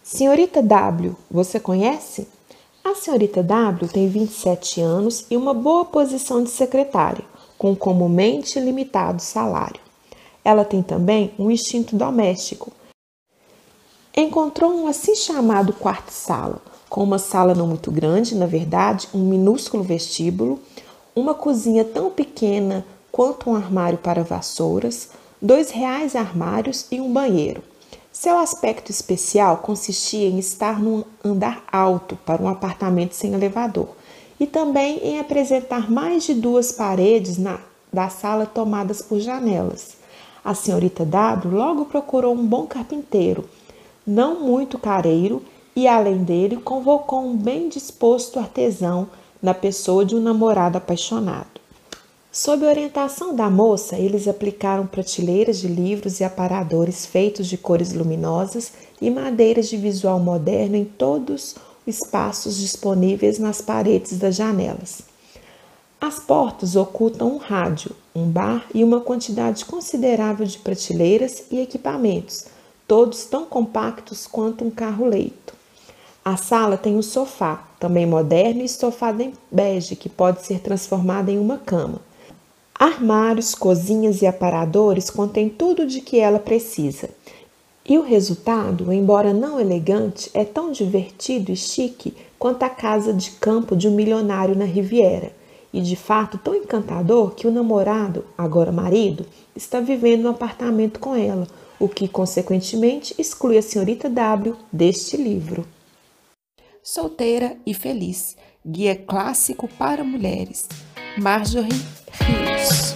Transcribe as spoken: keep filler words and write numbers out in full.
Senhorita W, você conhece? A senhorita W tem vinte e sete anos e uma boa posição de secretária, com comumente limitado salário. Ela tem também um instinto doméstico. Encontrou um assim chamado quarto-sala, com uma sala não muito grande, na verdade, um minúsculo vestíbulo, uma cozinha tão pequena quanto um armário para vassouras, dois reais armários e um banheiro. Seu aspecto especial consistia em estar num andar alto para um apartamento sem elevador e também em apresentar mais de duas paredes na, da sala tomadas por janelas. A senhorita W logo procurou um bom carpinteiro, não muito careiro, e além dele convocou um bem disposto artesão na pessoa de um namorado apaixonado. Sob a orientação da moça, eles aplicaram prateleiras de livros e aparadores feitos de cores luminosas e madeiras de visual moderno em todos os espaços disponíveis nas paredes das janelas. As portas ocultam um rádio, um bar e uma quantidade considerável de prateleiras e equipamentos, todos tão compactos quanto um carro-leito. A sala tem um sofá, também moderno e estofado em bege, que pode ser transformado em uma cama. Armários, cozinhas e aparadores contêm tudo de que ela precisa. E o resultado, embora não elegante, é tão divertido e chique quanto a casa de campo de um milionário na Riviera. E de fato tão encantador que o namorado, agora marido, está vivendo no apartamento com ela, o que consequentemente exclui a senhorita W deste livro. Solteira e Feliz, guia clássico para mulheres. Marjorie Rios.